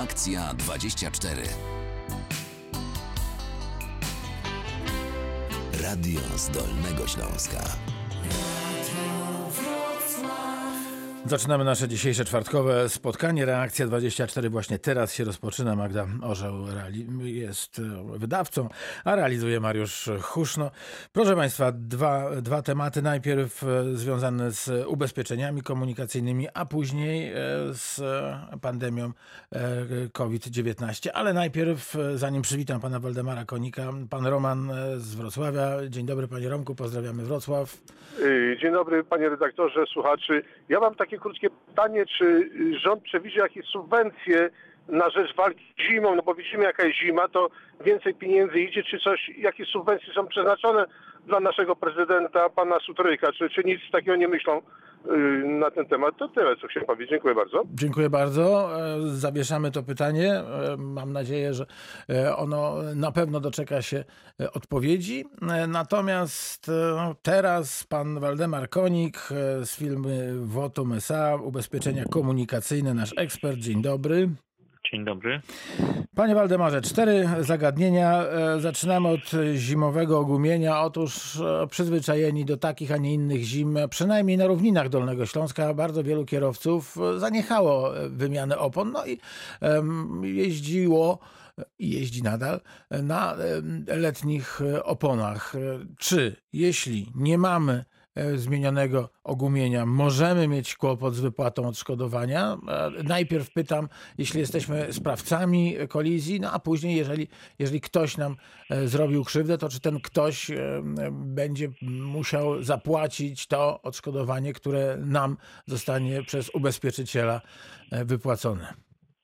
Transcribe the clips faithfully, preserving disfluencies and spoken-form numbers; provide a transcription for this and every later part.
Reakcja dwadzieścia cztery. Radio z Dolnego Śląska. Zaczynamy nasze dzisiejsze czwartkowe spotkanie. Reakcja dwadzieścia cztery właśnie teraz się rozpoczyna. Magda Orzeł jest wydawcą, a realizuje Mariusz Huszno. Proszę Państwa, dwa, dwa tematy. Najpierw związane z ubezpieczeniami komunikacyjnymi, a później z pandemią kowid dziewiętnaście. Ale najpierw, zanim przywitam pana Waldemara Konika, pan Roman z Wrocławia. Dzień dobry, panie Romku, pozdrawiamy Wrocław. Dzień dobry, panie redaktorze, słuchaczy. Ja mam takie krótkie pytanie, czy rząd przewidzi jakieś subwencje na rzecz walki z zimą, no bo widzimy jaka jest zima, to więcej pieniędzy idzie, czy coś, jakie subwencje są przeznaczone dla naszego prezydenta, pana Sutryka, czy, czy nic takiego nie myślą na ten temat. To tyle, co chciałem powiedzieć. Dziękuję bardzo. Dziękuję bardzo. Zawieszamy to pytanie. Mam nadzieję, że ono na pewno doczeka się odpowiedzi. Natomiast teraz pan Waldemar Konik z firmy Votum S A, ubezpieczenia komunikacyjne, nasz ekspert. Dzień dobry. Dzień dobry. Panie Waldemarze, cztery zagadnienia. Zaczynamy od zimowego ogumienia. Otóż przyzwyczajeni do takich, a nie innych zim, przynajmniej na równinach Dolnego Śląska, bardzo wielu kierowców zaniechało wymiany opon, no i jeździło i jeździ nadal na letnich oponach. Czy jeśli nie mamy zmienionego ogumienia, możemy mieć kłopot z wypłatą odszkodowania? Najpierw pytam, jeśli jesteśmy sprawcami kolizji, no a później, jeżeli, jeżeli ktoś nam zrobił krzywdę, to czy ten ktoś będzie musiał zapłacić to odszkodowanie, które nam zostanie przez ubezpieczyciela wypłacone?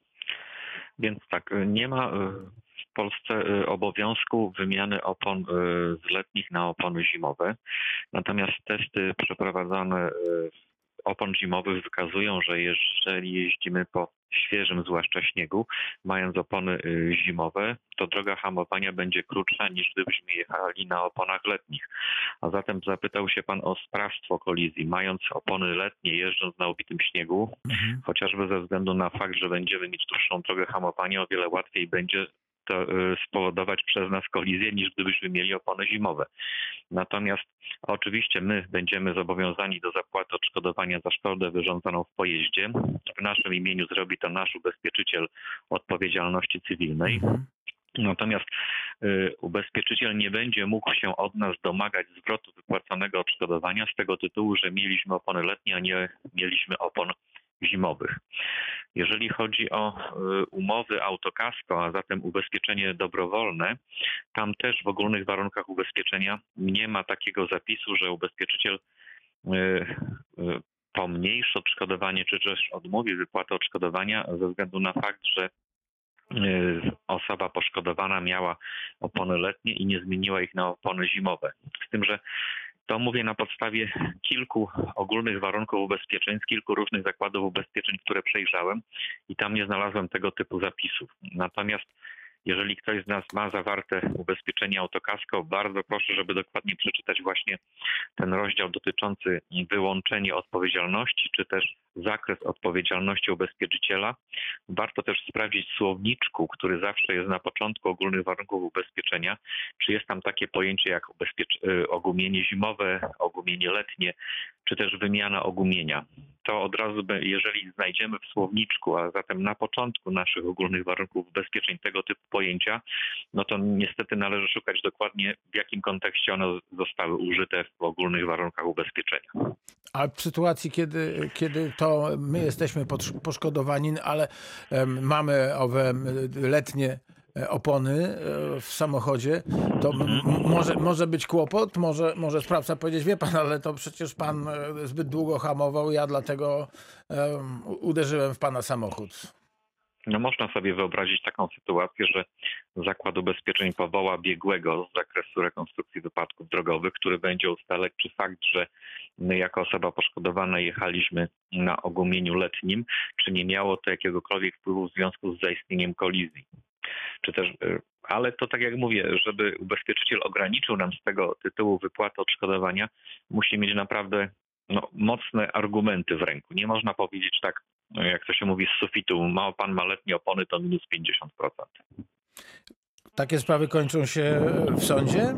Więc tak, nie ma w Polsce obowiązku wymiany opon z letnich na opony zimowe. Natomiast testy przeprowadzane opon zimowych wykazują, że jeżeli jeździmy po świeżym, zwłaszcza śniegu, mając opony zimowe, to droga hamowania będzie krótsza niż gdybyśmy jechali na oponach letnich. A zatem zapytał się pan o sprawstwo kolizji. Mając opony letnie, jeżdżąc na ubitym śniegu, mhm. chociażby ze względu na fakt, że będziemy mieć dłuższą drogę hamowania, o wiele łatwiej będzie to spowodować przez nas kolizję, niż gdybyśmy mieli opony zimowe. Natomiast oczywiście my będziemy zobowiązani do zapłaty odszkodowania za szkodę wyrządzoną w pojeździe. W naszym imieniu zrobi to nasz ubezpieczyciel odpowiedzialności cywilnej. Mhm. Natomiast y, ubezpieczyciel nie będzie mógł się od nas domagać zwrotu wypłaconego odszkodowania z tego tytułu, że mieliśmy opony letnie, a nie mieliśmy opon zimowych. Jeżeli chodzi o y, umowy autokasko, a zatem ubezpieczenie dobrowolne, tam też w ogólnych warunkach ubezpieczenia nie ma takiego zapisu, że ubezpieczyciel y, y, pomniejszy odszkodowanie, czy też odmówi wypłaty odszkodowania ze względu na fakt, że osoba poszkodowana miała opony letnie i nie zmieniła ich na opony zimowe. Z tym, że to mówię na podstawie kilku ogólnych warunków ubezpieczeń, z kilku różnych zakładów ubezpieczeń, które przejrzałem i tam nie znalazłem tego typu zapisów. Natomiast jeżeli ktoś z nas ma zawarte ubezpieczenie autokasko, bardzo proszę, żeby dokładnie przeczytać właśnie ten rozdział dotyczący wyłączenia odpowiedzialności, czy też zakres odpowiedzialności ubezpieczyciela. Warto też sprawdzić w słowniczku, który zawsze jest na początku ogólnych warunków ubezpieczenia, czy jest tam takie pojęcie jak ubezpiecz- ogumienie zimowe, ogumienie letnie, czy też wymiana ogumienia. To od razu, jeżeli znajdziemy w słowniczku, a zatem na początku naszych ogólnych warunków ubezpieczeń tego typu pojęcia, no to niestety należy szukać dokładnie, w jakim kontekście one zostały użyte w ogólnych warunkach ubezpieczenia. A w sytuacji, kiedy, kiedy to my jesteśmy poszkodowani, ale um, mamy owe letnie opony w samochodzie, to m- może, może być kłopot, może, może sprawca powiedzieć, wie pan, ale to przecież pan zbyt długo hamował, ja dlatego um, uderzyłem w pana samochód. No można sobie wyobrazić taką sytuację, że Zakład Ubezpieczeń powoła biegłego z zakresu rekonstrukcji wypadków drogowych, który będzie ustalać, czy fakt, że my jako osoba poszkodowana jechaliśmy na ogumieniu letnim, czy nie miało to jakiegokolwiek wpływu w związku z zaistnieniem kolizji. Czy też, ale to tak jak mówię, żeby ubezpieczyciel ograniczył nam z tego tytułu wypłatę odszkodowania, musi mieć naprawdę no, mocne argumenty w ręku. Nie można powiedzieć tak, no jak to się mówi, z sufitu, ma pan ma letnie opony, to minus pięćdziesiąt procent. Takie sprawy kończą się w sądzie?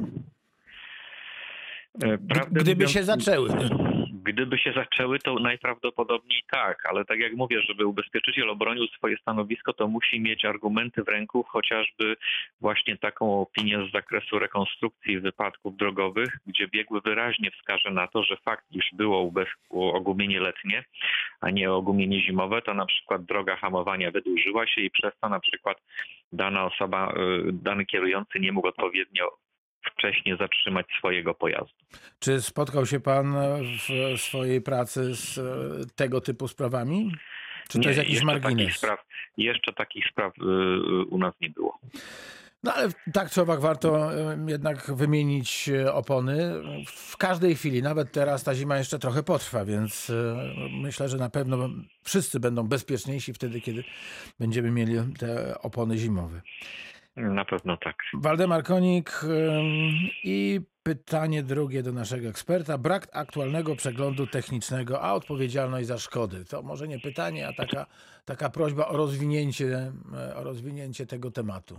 Prawdę Gdyby mówiąc, się zaczęły. Gdyby się zaczęły, to najprawdopodobniej tak, ale tak jak mówię, żeby ubezpieczyciel obronił swoje stanowisko, to musi mieć argumenty w ręku, chociażby właśnie taką opinię z zakresu rekonstrukcji wypadków drogowych, gdzie biegły wyraźnie wskaże na to, że fakt, iż było ubez- ogumienie letnie, a nie ogumienie zimowe, to na przykład droga hamowania wydłużyła się i przez to na przykład dana osoba, dany kierujący nie mógł odpowiednio wcześniej zatrzymać swojego pojazdu. Czy spotkał się pan w swojej pracy z tego typu sprawami? Czy to nie, jest jakiś jeszcze margines? Takich spraw, jeszcze takich spraw u nas nie było. No ale tak czy owak warto jednak wymienić opony w każdej chwili. Nawet teraz ta zima jeszcze trochę potrwa, więc myślę, że na pewno wszyscy będą bezpieczniejsi wtedy, kiedy będziemy mieli te opony zimowe. Na pewno tak. Waldemar Konik i pytanie drugie do naszego eksperta. Brak aktualnego przeglądu technicznego, a odpowiedzialność za szkody. To może nie pytanie, a taka, taka prośba o rozwinięcie, o rozwinięcie tego tematu.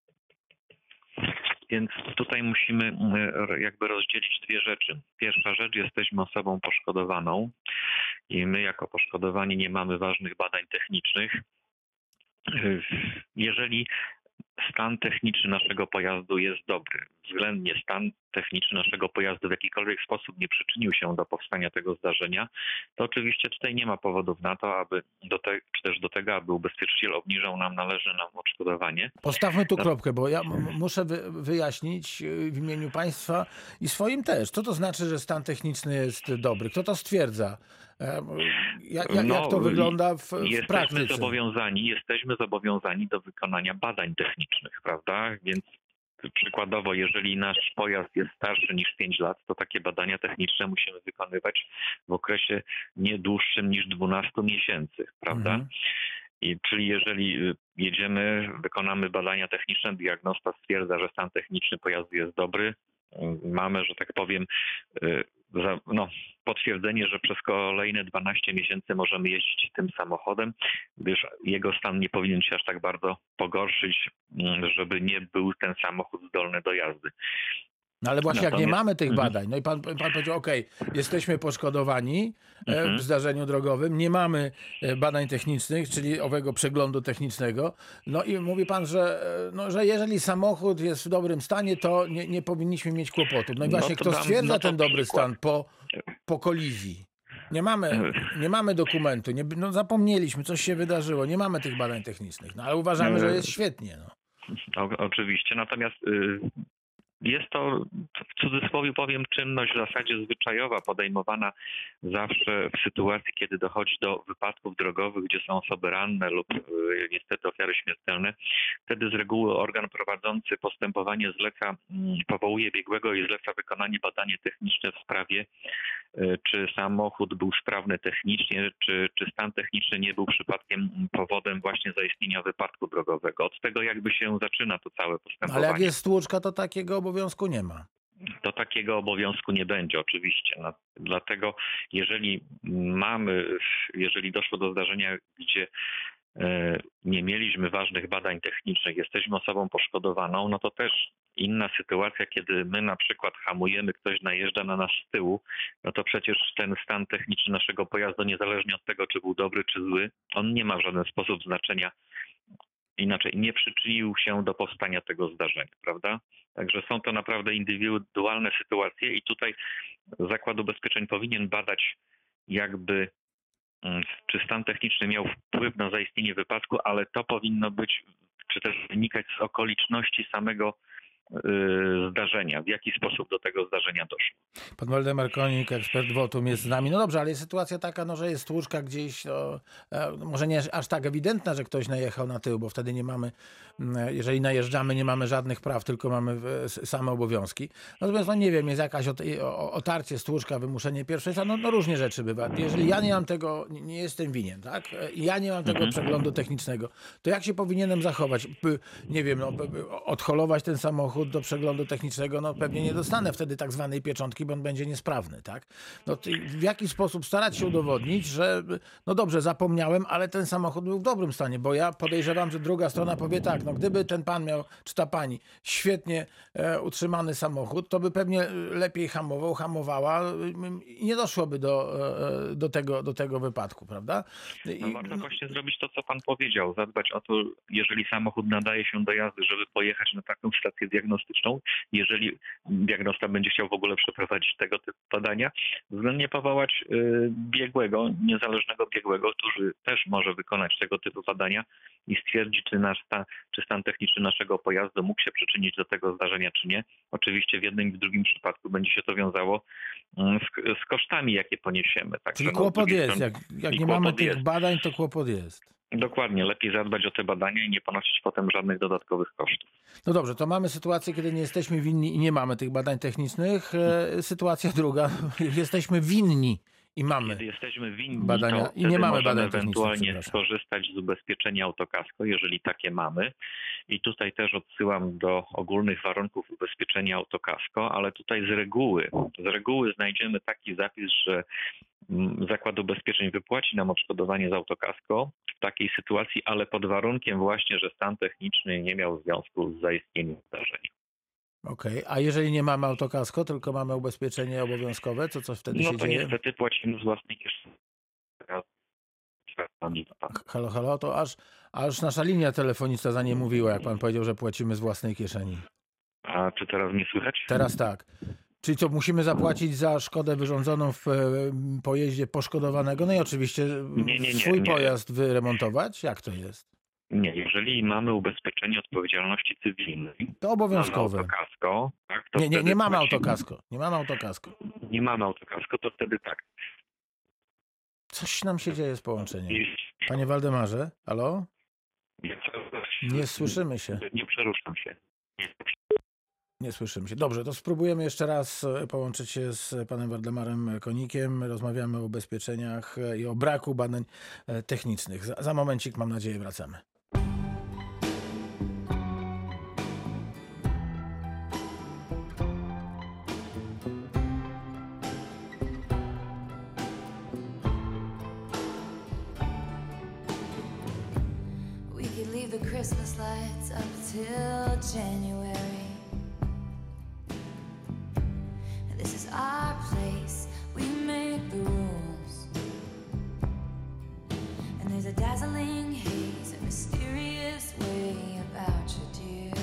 Więc tutaj musimy jakby rozdzielić dwie rzeczy. Pierwsza rzecz, jesteśmy osobą poszkodowaną i my jako poszkodowani nie mamy ważnych badań technicznych. Jeżeli stan techniczny naszego pojazdu jest dobry, względnie stan techniczny naszego pojazdu w jakikolwiek sposób nie przyczynił się do powstania tego zdarzenia, to oczywiście tutaj nie ma powodów na to, aby do te, czy też do tego, aby ubezpieczyciel obniżał nam, należy nam odszkodowanie. Postawmy tu kropkę, bo ja m- muszę wy- wyjaśnić w imieniu państwa i swoim też. Co to znaczy, że stan techniczny jest dobry? Kto to stwierdza? Jak, jak, No, jak to wygląda w, w jesteśmy praktyce? Zobowiązani, jesteśmy zobowiązani do wykonania badań technicznych, prawda? Więc przykładowo, jeżeli nasz pojazd jest starszy niż pięć lat, to takie badania techniczne musimy wykonywać w okresie nie dłuższym niż dwanaście miesięcy, prawda? Mhm. I czyli jeżeli jedziemy, wykonamy badania techniczne, diagnosta stwierdza, że stan techniczny pojazdu jest dobry, mamy, że tak powiem, no, potwierdzenie, że przez kolejne dwanaście miesięcy możemy jeździć tym samochodem, gdyż jego stan nie powinien się aż tak bardzo pogorszyć, żeby nie był ten samochód zdolny do jazdy. No ale właśnie Natomiast... jak nie mamy tych mhm. badań, no i pan, pan powiedział, okej, okay, jesteśmy poszkodowani mhm. w zdarzeniu drogowym, nie mamy badań technicznych, czyli owego przeglądu technicznego, no i mówi pan, że, no, że jeżeli samochód jest w dobrym stanie, to nie, nie powinniśmy mieć kłopotów. No i właśnie, no kto dam, stwierdza no ten dobry przykład. stan po, po kolizji? Nie mamy, nie mamy dokumentu, nie, no zapomnieliśmy, coś się wydarzyło, nie mamy tych badań technicznych, no ale uważamy, że jest świetnie. No. O, oczywiście, natomiast... Y Jest to, w cudzysłowie powiem, czynność w zasadzie zwyczajowa, podejmowana zawsze w sytuacji, kiedy dochodzi do wypadków drogowych, gdzie są osoby ranne lub y, niestety ofiary śmiertelne. Wtedy z reguły organ prowadzący postępowanie zleca, y, powołuje biegłego i zleca wykonanie badania techniczne w sprawie, y, czy samochód był sprawny technicznie, czy, czy stan techniczny nie był przypadkiem powodem właśnie zaistnienia wypadku drogowego. Od tego jakby się zaczyna to całe postępowanie. Ale jak jest stłuczka, to takiego obowiązku nie ma. To takiego obowiązku nie będzie oczywiście. No, dlatego jeżeli mamy, jeżeli doszło do zdarzenia, gdzie e, nie mieliśmy ważnych badań technicznych, jesteśmy osobą poszkodowaną, no to też inna sytuacja, kiedy my na przykład hamujemy, ktoś najeżdża na nas z tyłu, no to przecież ten stan techniczny naszego pojazdu, niezależnie od tego, czy był dobry, czy zły, on nie ma w żaden sposób znaczenia. Inaczej, nie przyczynił się do powstania tego zdarzenia, prawda? Także są to naprawdę indywidualne sytuacje i tutaj Zakład Ubezpieczeń powinien badać jakby, czy stan techniczny miał wpływ na zaistnienie wypadku, ale to powinno być, czy też wynikać z okoliczności samego zdarzenia, w jaki sposób do tego zdarzenia doszło. Pan Waldemar Konik, ekspert Wotum, jest z nami. No dobrze, ale jest sytuacja taka, no, że jest stłuczka gdzieś, no, może nie aż tak ewidentna, że ktoś najechał na tył, bo wtedy nie mamy, jeżeli najeżdżamy, nie mamy żadnych praw, tylko mamy same obowiązki. Natomiast, no nie wiem, jest jakaś otarcie, stłuczka, wymuszenie pierwszeństwa, no, no różnie rzeczy bywa. Jeżeli ja nie mam tego, nie jestem winien, tak? I ja nie mam tego mhm. przeglądu technicznego, to jak się powinienem zachować? Nie wiem, no, odholować ten samochód, samochód do przeglądu technicznego, no pewnie nie dostanę wtedy tak zwanej pieczątki, bo on będzie niesprawny, tak? No to w jaki sposób starać się udowodnić, że no dobrze, zapomniałem, ale ten samochód był w dobrym stanie, bo ja podejrzewam, że druga strona powie tak, no gdyby ten pan miał, czy ta pani, świetnie e, utrzymany samochód, to by pewnie lepiej hamował, hamowała i nie doszłoby do, e, do, tego, do tego wypadku, prawda? I, No warto właśnie zrobić to, co pan powiedział, zadbać o to, jeżeli samochód nadaje się do jazdy, żeby pojechać na taką stację diagnostyczną, jeżeli diagnosta będzie chciał w ogóle przeprowadzić tego typu badania, względnie powołać y, biegłego, niezależnego biegłego, który też może wykonać tego typu badania i stwierdzić, czy, nasz stan, czy stan techniczny naszego pojazdu mógł się przyczynić do tego zdarzenia, czy nie. Oczywiście w jednym i w drugim przypadku będzie się to wiązało z, z kosztami, jakie poniesiemy. Tak, Czyli no, kłopot jest. strony, Jak, jak nie kłopot mamy tych jest. badań, to kłopot jest. Dokładnie, lepiej zadbać o te badania i nie ponosić potem żadnych dodatkowych kosztów. No dobrze, to mamy sytuację, kiedy nie jesteśmy winni i nie mamy tych badań technicznych. E, sytuacja druga, jesteśmy winni i mamy. Kiedy jesteśmy winni, badania to i nie mamy możemy badań technicznych, ewentualnie przepraszam. skorzystać z ubezpieczenia autokasko, jeżeli takie mamy. I tutaj też odsyłam do ogólnych warunków ubezpieczenia autokasko, ale tutaj z reguły, z reguły znajdziemy taki zapis, że mm, Zakład Ubezpieczeń wypłaci nam odszkodowanie z autokasko w takiej sytuacji, ale pod warunkiem właśnie, że stan techniczny nie miał związku z zaistnieniem zdarzenia. Okej, a jeżeli nie mamy autokasko, tylko mamy ubezpieczenie obowiązkowe, to co wtedy No się to dzieje? niestety płacimy z własnej kieszeni. Halo, halo, to aż, aż nasza linia telefoniczna za nie mówiła, jak pan powiedział, że płacimy z własnej kieszeni. A czy teraz mnie słychać? Teraz tak. Czyli co, musimy zapłacić za szkodę wyrządzoną w e, pojeździe poszkodowanego? No i oczywiście Nie, nie, nie, swój nie. pojazd wyremontować? Jak to jest? Nie, jeżeli mamy ubezpieczenie odpowiedzialności cywilnej, To mamy obowiązkowe. autokasko, tak, to Nie, nie, wtedy nie mamy płacimy. autokasko. Nie mamy autokasko. Nie mamy autokasko, to wtedy tak. Coś nam się dzieje z połączeniem. I- Panie Waldemarze, halo? Nie, Nie słyszymy się. nie przeruszam się. Nie, Nie słyszymy się. Dobrze, to spróbujemy jeszcze raz e, połączyć się z panem Waldemarem Konikiem. Rozmawiamy o ubezpieczeniach e, i o braku badań e, technicznych. Za, za momencik, mam nadzieję, wracamy. We could leave the Christmas lights up till January. This is our place, we make the rules. And there's a dazzling haze, a mysterious way about you, dear.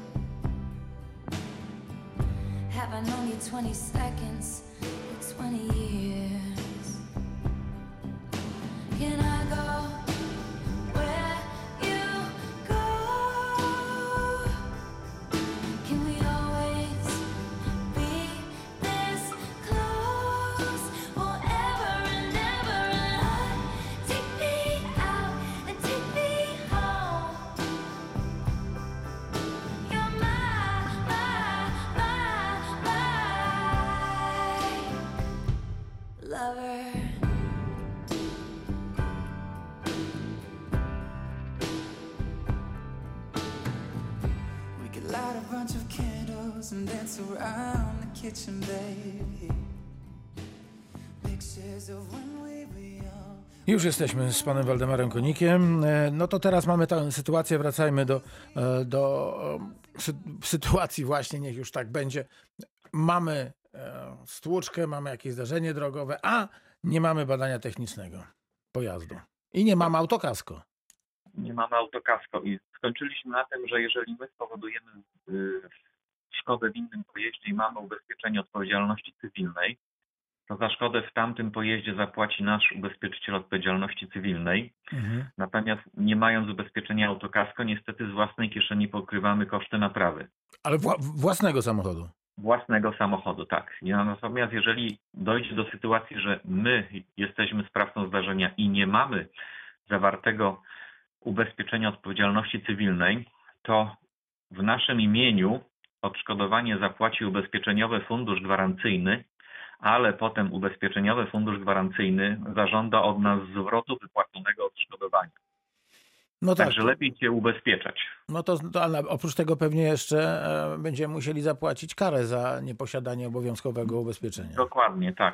Have I known you twenty seconds or twenty years? Can I go where you go? Can we always be this close forever and ever? And take me out and take me home. You're my, my, my, my lover. We could light a bunch of candles and dance around the kitchen, baby. Pictures of when we were young. Już jesteśmy z panem Waldemarem Konikiem. E, No to teraz mamy tę sytuację, wracajmy do, e, do e, sy- sytuacji właśnie, niech już tak będzie. Mamy e, stłuczkę, mamy jakieś zdarzenie drogowe, a nie mamy badania technicznego pojazdu. I nie mamy autokasko. nie mamy autokasko i skończyliśmy na tym, że jeżeli my spowodujemy y, szkodę w innym pojeździe i mamy ubezpieczenie odpowiedzialności cywilnej, to za szkodę w tamtym pojeździe zapłaci nasz ubezpieczyciel odpowiedzialności cywilnej. Mhm. Natomiast nie mając ubezpieczenia autokasko, niestety z własnej kieszeni pokrywamy koszty naprawy. Ale wła- własnego samochodu. Własnego samochodu, tak. Natomiast jeżeli dojdzie do sytuacji, że my jesteśmy sprawcą zdarzenia i nie mamy zawartego ubezpieczenia odpowiedzialności cywilnej, to w naszym imieniu odszkodowanie zapłaci ubezpieczeniowy fundusz gwarancyjny, ale potem ubezpieczeniowy fundusz gwarancyjny zażąda od nas zwrotu wypłaconego odszkodowania. No tak, Także lepiej się ubezpieczać. no to, to ale oprócz tego pewnie jeszcze e, będziemy musieli zapłacić karę za nieposiadanie obowiązkowego ubezpieczenia. Dokładnie, tak.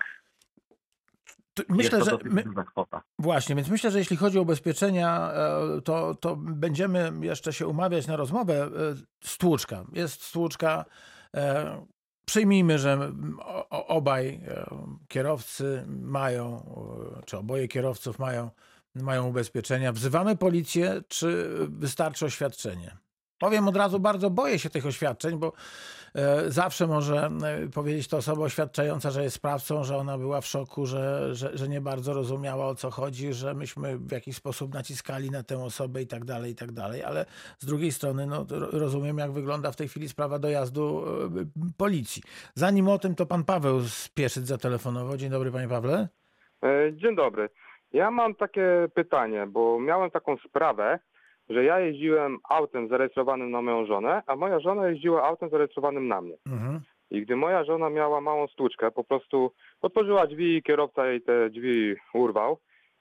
To Jest myślę, to że dosyć my, duża kwota. właśnie, więc myślę, że jeśli chodzi o ubezpieczenia, e, to, to będziemy jeszcze się umawiać na rozmowę. E, Stłuczka. Jest stłuczka. E, Przyjmijmy, że o- o- obaj e, kierowcy mają, e, czy oboje kierowców mają, mają ubezpieczenia. Wzywamy policję, czy wystarczy oświadczenie? Powiem od razu, bardzo boję się tych oświadczeń, bo e, zawsze może e, powiedzieć to osoba oświadczająca, że jest sprawcą, że ona była w szoku, że, że, że nie bardzo rozumiała, o co chodzi, że myśmy w jakiś sposób naciskali na tę osobę i tak dalej, i tak dalej. Ale z drugiej strony no, ro- rozumiem, jak wygląda w tej chwili sprawa dojazdu e, policji. Zanim o tym, to pan Paweł z Pieszyc zatelefonował. Dzień dobry, panie Pawle. E, Dzień dobry. Ja mam takie pytanie, bo miałem taką sprawę, że ja jeździłem autem zarejestrowanym na moją żonę, a moja żona jeździła autem zarejestrowanym na mnie. Mhm. I gdy moja żona miała małą stłuczkę, po prostu otworzyła drzwi i kierowca jej te drzwi urwał.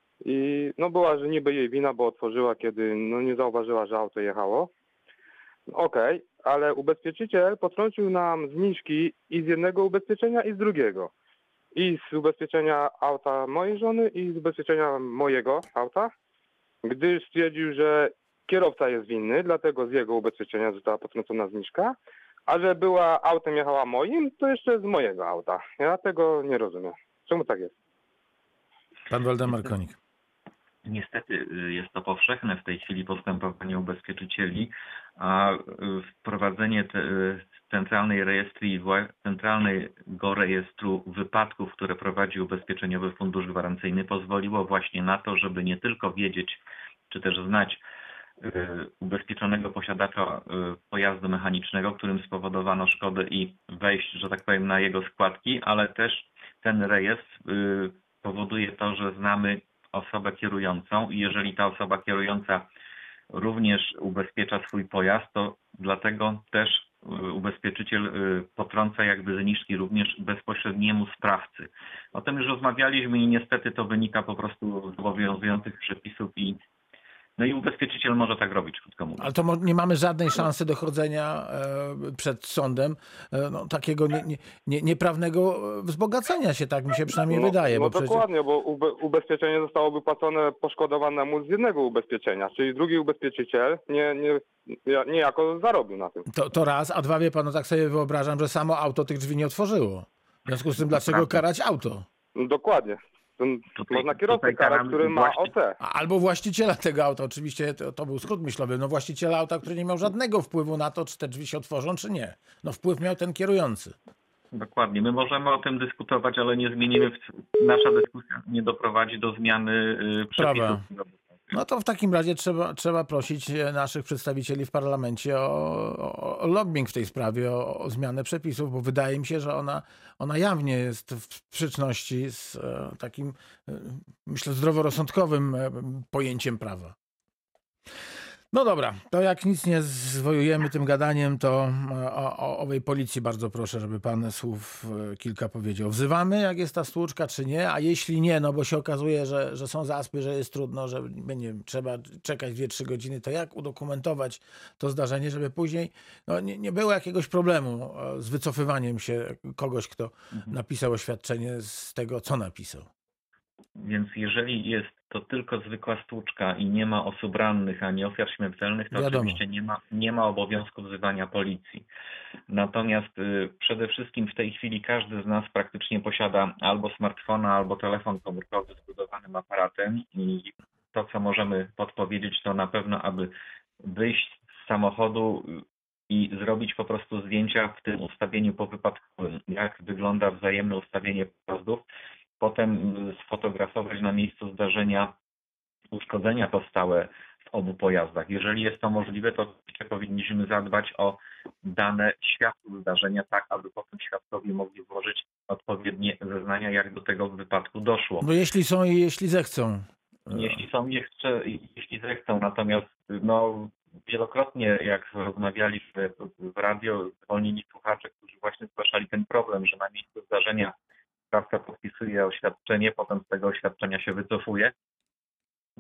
I no była, że niby jej wina, bo otworzyła, kiedy no nie zauważyła, że auto jechało. Okej, ale ubezpieczyciel potrącił nam zniżki i z jednego ubezpieczenia, i z drugiego. I z ubezpieczenia auta mojej żony, i z ubezpieczenia mojego auta, gdyż stwierdził, że kierowca jest winny, dlatego z jego ubezpieczenia została potrącona zniżka, a że była autem jechała moim, to jeszcze z mojego auta. Ja tego nie rozumiem. Czemu tak jest? Pan Waldemar Konik. Niestety y, jest to powszechne w tej chwili postępowanie ubezpieczycieli, a y, wprowadzenie te, y, centralnej rejestru i wła- centralnego rejestru wypadków, które prowadzi Ubezpieczeniowy Fundusz Gwarancyjny, pozwoliło właśnie na to, żeby nie tylko wiedzieć, czy też znać y, ubezpieczonego posiadacza y, pojazdu mechanicznego, którym spowodowano szkodę i wejść, że tak powiem, na jego składki, ale też ten rejestr y, powoduje to, że znamy osobę kierującą i jeżeli ta osoba kierująca również ubezpiecza swój pojazd, to dlatego też y, ubezpieczyciel y, potrąca jakby zniżki również bezpośredniemu sprawcy. O tym już rozmawialiśmy i niestety to wynika po prostu z obowiązujących przepisów i no i ubezpieczyciel może tak robić, krótko mówiąc. Ale to mo- nie mamy żadnej szansy dochodzenia e, przed sądem e, no, takiego nie, nie, nie, nieprawnego e, wzbogacenia się, tak mi się przynajmniej No, wydaje. no bo przecież... dokładnie, bo ube, ubezpieczenie zostało wypłacone poszkodowanemu z jednego ubezpieczenia, czyli drugi ubezpieczyciel nie, nie, nie, niejako zarobił na tym. To, to raz, a dwa wie pan, no tak sobie wyobrażam, że samo auto tych drzwi nie otworzyło. W związku z tym, dlaczego prawda. karać auto? No, dokładnie. To Tutaj- można kierowcę tutaj karać, karamy który ma właśnie- O C. A- Albo właściciela tego auta, oczywiście to, to był skrót myślowy, no właściciela auta, który nie miał żadnego wpływu na to, czy te drzwi się otworzą, czy nie. No wpływ miał ten kierujący. Dokładnie. My możemy o tym dyskutować, ale nie zmienimy, w- nasza dyskusja nie doprowadzi do zmiany y, przepisów. Prawa. No to w takim razie trzeba, trzeba prosić e, naszych przedstawicieli w parlamencie o, o, o lobbying w tej sprawie, o, o zmianę przepisów, bo wydaje mi się, że ona, ona jawnie jest w sprzeczności z e, takim, e, myślę, zdroworozsądkowym e, pojęciem prawa. No dobra, to jak nic nie zwojujemy tym gadaniem, to e, o, o owej policji bardzo proszę, żeby pan słów e, kilka powiedział. Wzywamy, jak jest ta stłuczka, czy nie? A jeśli nie, no bo się okazuje, że, że są zaspy, że jest trudno, że nie wiem, trzeba czekać dwie trzy godziny, to jak udokumentować to zdarzenie, żeby później no, nie, nie było jakiegoś problemu e, z wycofywaniem się kogoś, kto napisał oświadczenie z tego, co napisał. Więc jeżeli jest to tylko zwykła stłuczka i nie ma osób rannych ani ofiar śmiertelnych, to Wiadomo. oczywiście nie ma, nie ma obowiązku wzywania policji. Natomiast y, przede wszystkim w tej chwili każdy z nas praktycznie posiada albo smartfona, albo telefon komórkowy z budowanym aparatem i to, co możemy podpowiedzieć, to na pewno, aby wyjść z samochodu i zrobić po prostu zdjęcia w tym ustawieniu powypadkowym, jak wygląda wzajemne ustawienie pojazdów. Potem sfotografować na miejscu zdarzenia uszkodzenia powstałe w obu pojazdach. Jeżeli jest to możliwe, to oczywiście powinniśmy zadbać o dane świadków zdarzenia, tak aby potem świadkowie mogli włożyć odpowiednie zeznania, jak do tego wypadku doszło. No jeśli są i jeśli zechcą. Jeśli są, jeszcze, jeśli zechcą, natomiast no, wielokrotnie jak rozmawialiśmy w radio, dzwonili słuchacze, którzy właśnie zgłaszali ten problem, że na miejscu zdarzenia sprawca podpisuje oświadczenie, potem z tego oświadczenia się wycofuje.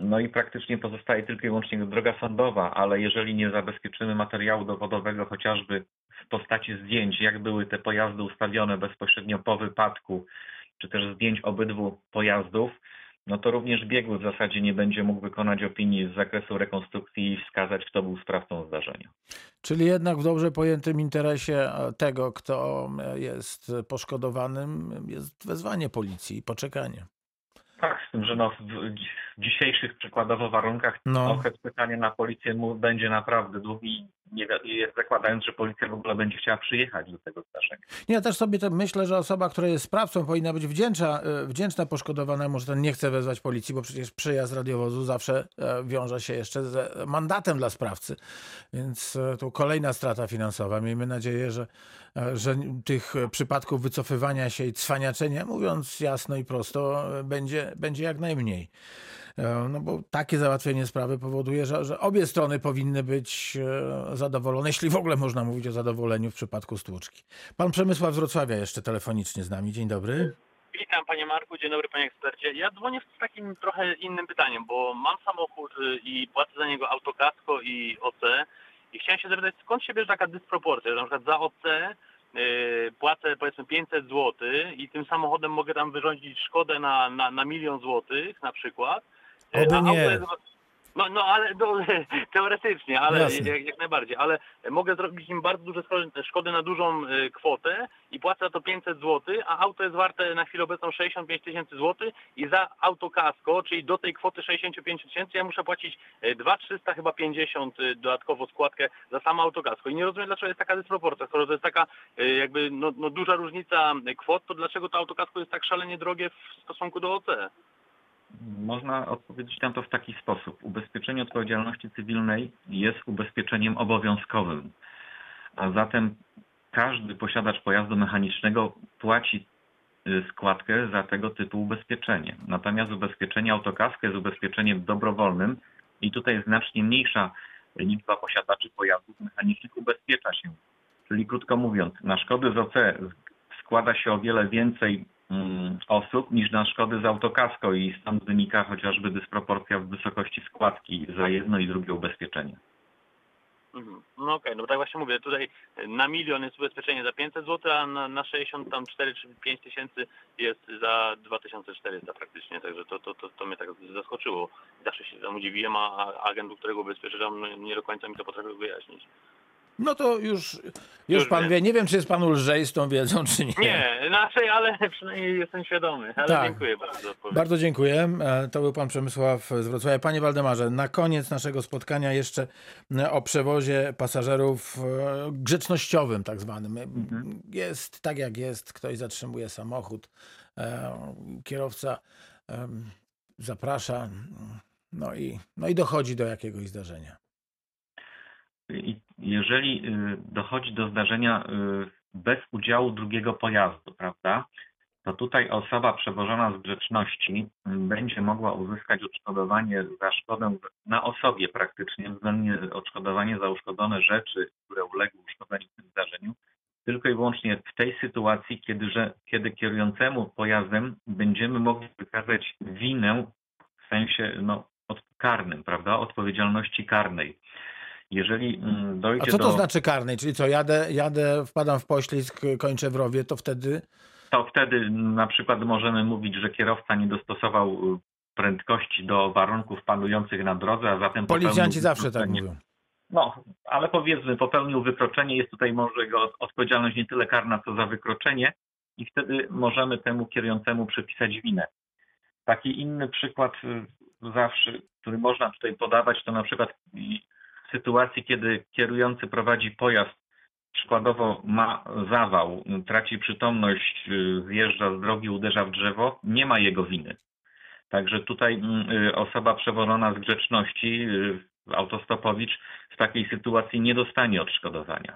No i praktycznie pozostaje tylko i wyłącznie droga sądowa, ale jeżeli nie zabezpieczymy materiału dowodowego chociażby w postaci zdjęć, jak były te pojazdy ustawione bezpośrednio po wypadku, czy też zdjęć obydwu pojazdów, no to również biegły w zasadzie nie będzie mógł wykonać opinii z zakresu rekonstrukcji i wskazać, kto był sprawcą zdarzenia. Czyli jednak w dobrze pojętym interesie tego, kto jest poszkodowanym, jest wezwanie policji i poczekanie. Tak, z tym, że no w dzisiejszych przykładowo warunkach No. okres pytania na policję mu będzie naprawdę długi, nie wi- zakładając, że policja w ogóle będzie chciała przyjechać do tego zdarzenia. Ja też sobie tak myślę, że osoba, która jest sprawcą, powinna być wdzięczna, e, wdzięczna poszkodowanemu, że ten nie chce wezwać policji, bo przecież przyjazd radiowozu zawsze e, wiąże się jeszcze z mandatem dla sprawcy. Więc e, tu kolejna strata finansowa. Miejmy nadzieję, że, e, że tych przypadków wycofywania się i cwaniaczenia, mówiąc jasno i prosto, e, będzie, będzie jak najmniej. E, No bo takie załatwienie sprawy powoduje, że, że obie strony powinny być e, zadowolone, jeśli w ogóle można mówić o zadowoleniu w przypadku stłuczki. Pan Przemysław z Wrocławia jeszcze telefonicznie z nami. Dzień dobry. Witam panie Marku, dzień dobry panie ekspercie. Ja dzwonię z takim trochę innym pytaniem, bo mam samochód y, i płacę za niego autokasko i O C i chciałem się zapytać, skąd się bierze taka dysproporcja, że na przykład za O C y, płacę powiedzmy pięćset złotych i tym samochodem mogę tam wyrządzić szkodę na, na, na milion złotych na przykład. Y, Oby a auto nie. jest- No, no ale no, teoretycznie, ale Jasne. jak, jak najbardziej, ale mogę zrobić im bardzo duże szkody- szkody na dużą y, kwotę i płacę za to pięćset złotych, a auto jest warte na chwilę obecną sześćdziesiąt pięć tysięcy złotych i za autokasko, czyli do tej kwoty sześćdziesiąt pięć tysięcy, ja muszę płacić y, dwa tysiące trzysta chyba pięćdziesiąt y, dodatkowo składkę za samo autokasko. I nie rozumiem, dlaczego jest taka dysproporcja. Skoro to jest taka y, jakby no, no, duża różnica y, kwot, to dlaczego to autokasko jest tak szalenie drogie w stosunku do O C? Można odpowiedzieć na to w taki sposób. Ubezpieczenie odpowiedzialności cywilnej jest ubezpieczeniem obowiązkowym, a zatem każdy posiadacz pojazdu mechanicznego płaci y, składkę za tego typu ubezpieczenie. Natomiast ubezpieczenie autokasko jest ubezpieczeniem dobrowolnym i tutaj znacznie mniejsza liczba posiadaczy pojazdów mechanicznych ubezpiecza się. Czyli krótko mówiąc, na szkody z O C składa się o wiele więcej mm, osób niż na szkody z autokasko i stąd wynika chociażby dysproporcja w wysokości składki za jedno i drugie ubezpieczenie. Mhm. No okej, no tak właśnie mówię, tutaj na milion jest ubezpieczenie za pięćset złotych, a na, na sześćdziesiąt cztery czy pięć tysięcy jest za dwa tysiące czterysta praktycznie, także to, to, to, to mnie tak zaskoczyło. Zawsze się tam udziwiłem, a a agent, do którego ubezpieczyłem, no, nie do końca mi to potrafił wyjaśnić. No to już, już, Już pan wiem. wie. Nie wiem, czy jest panu lżej z tą wiedzą, czy nie. Nie, inaczej, ale przynajmniej jestem świadomy, ale Tak. dziękuję bardzo za odpowiedź. Bardzo dziękuję. E, To był pan Przemysław z Wrocławia. Panie Waldemarze, na koniec naszego spotkania jeszcze e, o przewozie pasażerów e, grzecznościowym tak zwanym. E, Jest tak jak jest, ktoś zatrzymuje samochód, e, kierowca e, zaprasza, no i, no i dochodzi do jakiegoś zdarzenia. I jeżeli y, dochodzi do zdarzenia y, bez udziału drugiego pojazdu, prawda, to tutaj osoba przewożona z grzeczności y, będzie mogła uzyskać odszkodowanie za szkodę na osobie praktycznie, względnie odszkodowanie za uszkodzone rzeczy, które uległy uszkodzeniu w tym zdarzeniu, tylko i wyłącznie w tej sytuacji, kiedy, że, kiedy kierującemu pojazdem będziemy mogli wykazać winę w sensie no, od, karnym, prawda, odpowiedzialności karnej. Jeżeli mm, A dojdzie co do... to znaczy karnej? Czyli co, jadę, jadę, wpadam w poślizg, kończę w rowie, to wtedy... To wtedy na przykład możemy mówić, że kierowca nie dostosował y, prędkości do warunków panujących na drodze, a zatem Policjanci popełnił zawsze tak wykroczenie. mówią. No, ale powiedzmy, popełnił wykroczenie, jest tutaj może jego odpowiedzialność nie tyle karna, co za wykroczenie i wtedy możemy temu kierującemu przypisać winę. Taki inny przykład y, zawsze, który można tutaj podawać, to na przykład w sytuacji, kiedy kierujący prowadzi pojazd, przykładowo ma zawał, traci przytomność, y, zjeżdża z drogi, uderza w drzewo, nie ma jego winy. Także tutaj y, osoba przewożona z grzeczności, y, autostopowicz, w takiej sytuacji nie dostanie odszkodowania.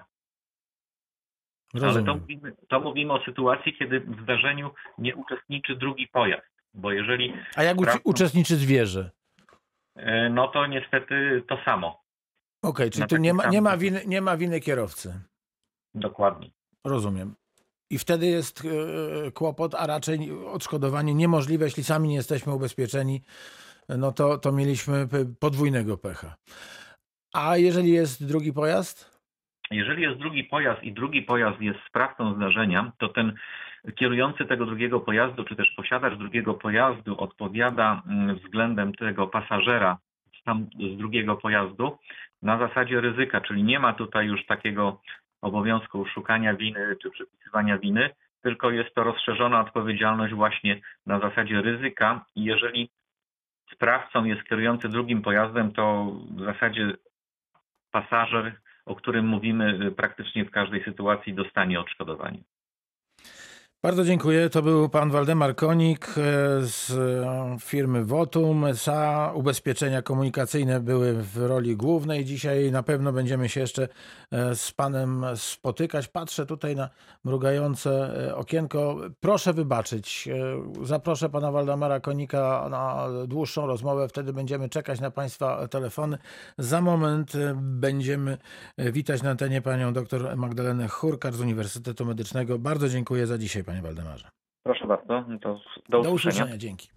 Ale to Rozumiem. mówimy, to mówimy o sytuacji, kiedy w zdarzeniu nie uczestniczy drugi pojazd. Bo jeżeli, A jak uczy- sprawcą- uczestniczy zwierzę? y, no to niestety to samo. Okej, czyli Na tu taki nie ma, sam nie, ma sposób. winy, nie ma winy kierowcy. Dokładnie. Rozumiem. I wtedy jest e, kłopot, a raczej odszkodowanie niemożliwe, jeśli sami nie jesteśmy ubezpieczeni no to, to mieliśmy p- podwójnego pecha. A jeżeli jest drugi pojazd? Jeżeli jest drugi pojazd i drugi pojazd jest sprawcą zdarzenia, to ten kierujący tego drugiego pojazdu, czy też posiadacz drugiego pojazdu odpowiada mm, względem tego pasażera tam z drugiego pojazdu na zasadzie ryzyka, czyli nie ma tutaj już takiego obowiązku szukania winy czy przypisywania winy, tylko jest to rozszerzona odpowiedzialność właśnie na zasadzie ryzyka i jeżeli sprawcą jest kierujący drugim pojazdem, to w zasadzie pasażer, o którym mówimy praktycznie w każdej sytuacji, dostanie odszkodowanie. Bardzo dziękuję. To był pan Waldemar Konik z firmy Votum S A. Ubezpieczenia komunikacyjne były w roli głównej. Dzisiaj na pewno będziemy się jeszcze z panem spotykać. Patrzę tutaj na mrugające okienko. Proszę wybaczyć. Zaproszę pana Waldemara Konika na dłuższą rozmowę. Wtedy będziemy czekać na państwa telefony. Za moment będziemy witać na antenie panią dr Magdalenę Hurkacz z Uniwersytetu Medycznego. Bardzo dziękuję za dzisiaj, panie Waldemarze. Proszę bardzo, to do, Do usłyszenia. usłyszenia, dzięki.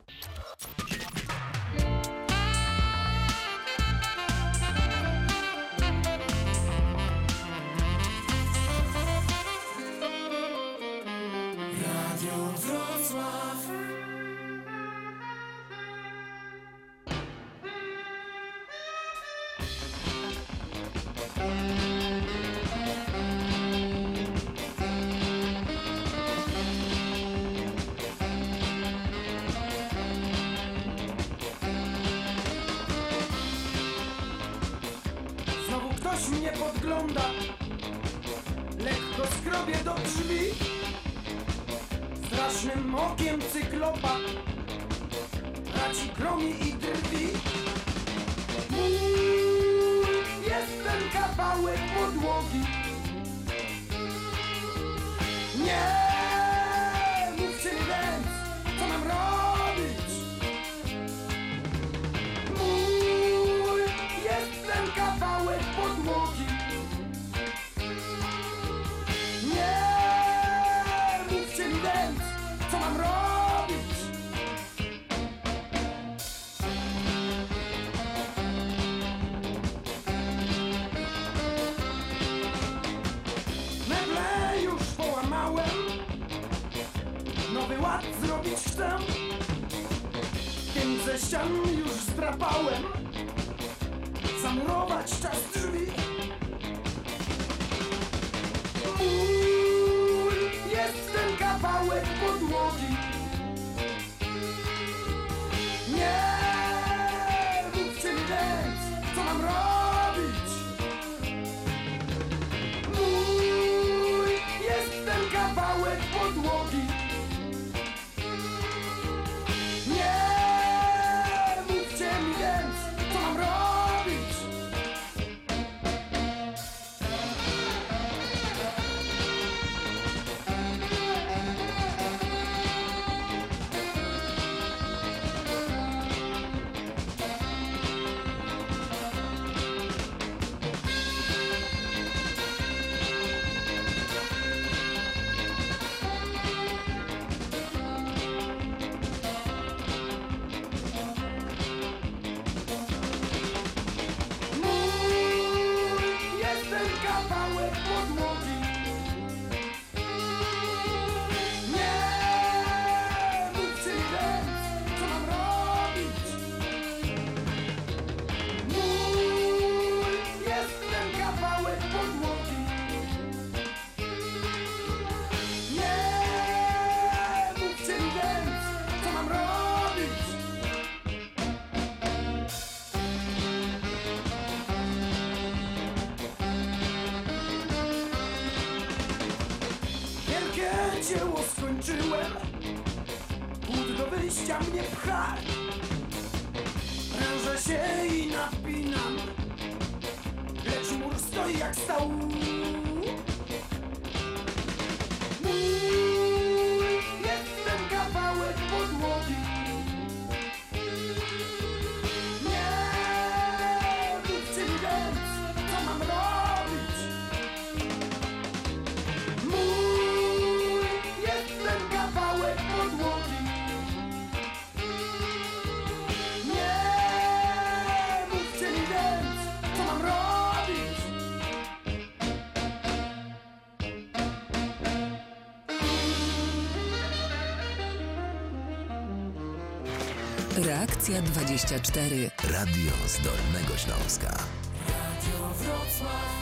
Radio Wrocław. Znowu ktoś mnie podgląda, lekko skrobie do drzwi, strasznym okiem cyklopa, raci gromi i drwi. Mój jest ten kawałek podłogi. Nie mówcie mi więc, co mam robić. Mój jest ten kawałek podłogi. Nie mówcie mi więc, co mam robić. Meble już połamałem, nowy ład zrobić chcę. Pięć ze ścian już zdrapałem, zamurować czas drzwi. Mój jest ten kawałek podłogi. Nie mówcie mi więc, co mam robić. Mój jest ten kawałek podłogi. Nie mówcie mi więc, co mam robić. Mój jest ten kawałek podłogi. Nie mówcie mi więc, co mam robić. Mój jest ten kawałek podłogi. Nie mówcie mi więc, co mam robić. Wielkie dzieło skończyłem, płód do wyjścia mnie pcha. Prężę się i napinam, lecz mur stoi jak stał. Mój jest ten kawałek podłogi. Nie mówcie mi więc, co mam robić. Mój jest ten kawałek podłogi. Nie Reakcja dwadzieścia cztery. Radio z Dolnego Śląska. Radio Wrocław.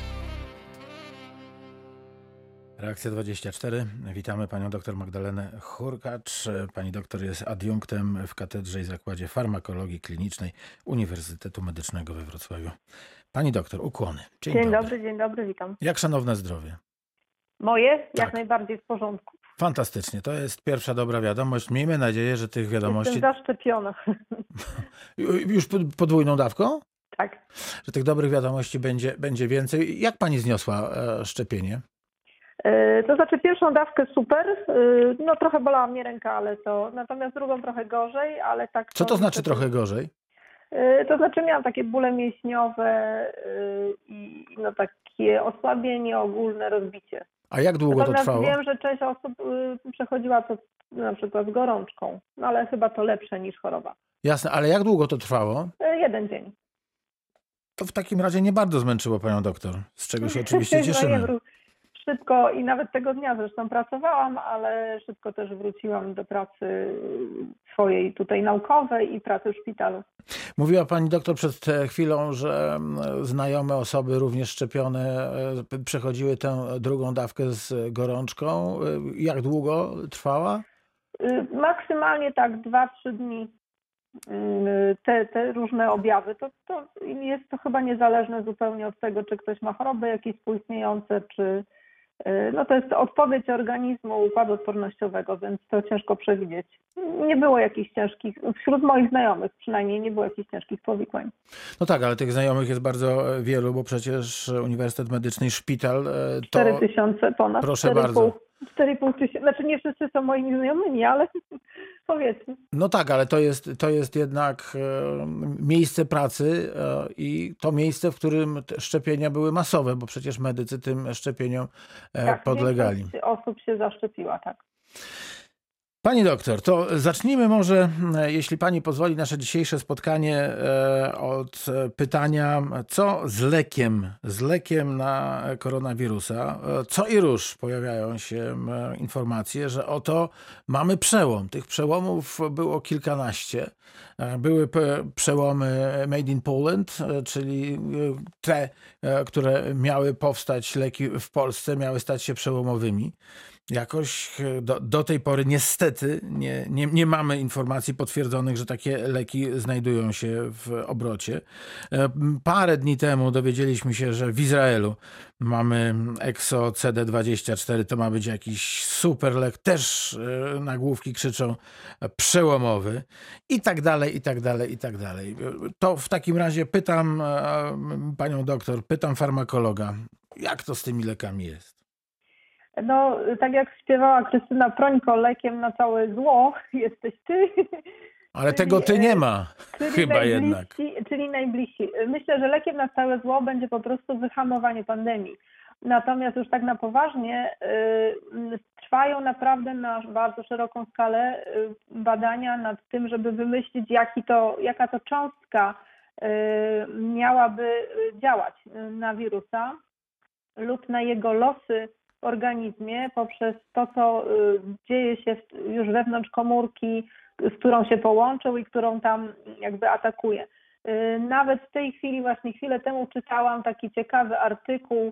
Reakcja dwadzieścia cztery. Witamy panią doktor Magdalenę Hurkacz. Pani doktor jest adiunktem w Katedrze i Zakładzie Farmakologii Klinicznej Uniwersytetu Medycznego we Wrocławiu. Pani doktor, ukłony. Dzień, Dzień dobry. dobry, dzień dobry, witam. Jak szanowne zdrowie? Moje? Tak. Jak najbardziej w porządku. Fantastycznie. To jest pierwsza dobra wiadomość. Miejmy nadzieję, że tych wiadomości... Jestem zaszczepiona. Już pod- podwójną dawką? Tak. Że tych dobrych wiadomości będzie, będzie więcej. Jak pani zniosła e, szczepienie? E, To znaczy pierwszą dawkę super, e, no trochę bolała mnie ręka, ale to, natomiast drugą trochę gorzej, ale tak... Co to znaczy trochę gorzej? E, To znaczy miałam takie bóle mięśniowe e, i no takie osłabienie ogólne, rozbicie. A jak długo to Natomiast trwało? wiem, że część osób e, przechodziła to na przykład z gorączką, no ale chyba to lepsze niż choroba. Jasne, ale jak długo to trwało? E, Jeden dzień. To w takim razie nie bardzo zmęczyło panią doktor, z czego się oczywiście No nie, cieszymy. wró- szybko i nawet tego dnia zresztą pracowałam, ale szybko też wróciłam do pracy swojej tutaj naukowej i pracy w szpitalu. Mówiła pani doktor przed e, chwilą, że mm, znajome osoby również szczepione e, p- przechodziły tę drugą dawkę z gorączką. E, Jak długo trwała? Y, Maksymalnie tak dwa trzy dni y, te, te różne objawy. To, to jest to chyba niezależne zupełnie od tego, czy ktoś ma choroby jakieś współistniejące, czy y, no to jest odpowiedź organizmu układu odpornościowego, więc to ciężko przewidzieć. Nie było jakichś ciężkich, wśród moich znajomych przynajmniej nie było jakichś ciężkich powikłań. No tak, ale tych znajomych jest bardzo e, wielu, bo przecież Uniwersytet Medyczny i Szpital e, to... cztery tysiące ponad. Proszę cztery i pół bardzo. cztery i pół tysiąca. Znaczy nie wszyscy są moimi znajomymi, ale powiedzmy. No tak, ale to jest, to jest jednak e, miejsce pracy e, i to miejsce, w którym te szczepienia były masowe, bo przecież medycy tym szczepieniom e, Tak, podlegali. większość osób się zaszczepiła, tak. Pani doktor, to zacznijmy może, e, jeśli pani pozwoli, nasze dzisiejsze spotkanie e, od e, pytania, co z lekiem, z lekiem na koronawirusa. E, Co i róż pojawiają się e, informacje, że oto mamy przełom. Tych przełomów było kilkanaście. E, Były pe- przełomy Made in Poland, e, czyli e, te, e, które miały powstać leki w Polsce, miały stać się przełomowymi. Jakoś do, do tej pory niestety nie, nie, nie mamy informacji potwierdzonych, że takie leki znajdują się w obrocie. E, Parę dni temu dowiedzieliśmy się, że w Izraelu mamy Exo C D dwadzieścia cztery, to ma być jakiś super lek, też e, nagłówki krzyczą e, przełomowy i tak dalej, i tak dalej, i tak dalej. E, To w takim razie pytam e, panią doktor, pytam farmakologa, jak to z tymi lekami jest? No, tak jak śpiewała Krystyna Prońko, lekiem na całe zło jesteś ty. Ale tego ty nie ma, Czyli chyba jednak. najbliżsi- Czyli najbliżsi. Myślę, że lekiem na całe zło będzie po prostu wyhamowanie pandemii. Natomiast już tak na poważnie y, trwają naprawdę na bardzo szeroką skalę y, badania nad tym, żeby wymyślić, jaki to, jaka to cząstka y, miałaby działać na wirusa lub na jego losy w organizmie poprzez to, co y, dzieje się w, już wewnątrz komórki, z którą się połączył i którą tam jakby atakuje. Y, Nawet w tej chwili, właśnie chwilę temu czytałam taki ciekawy artykuł, y,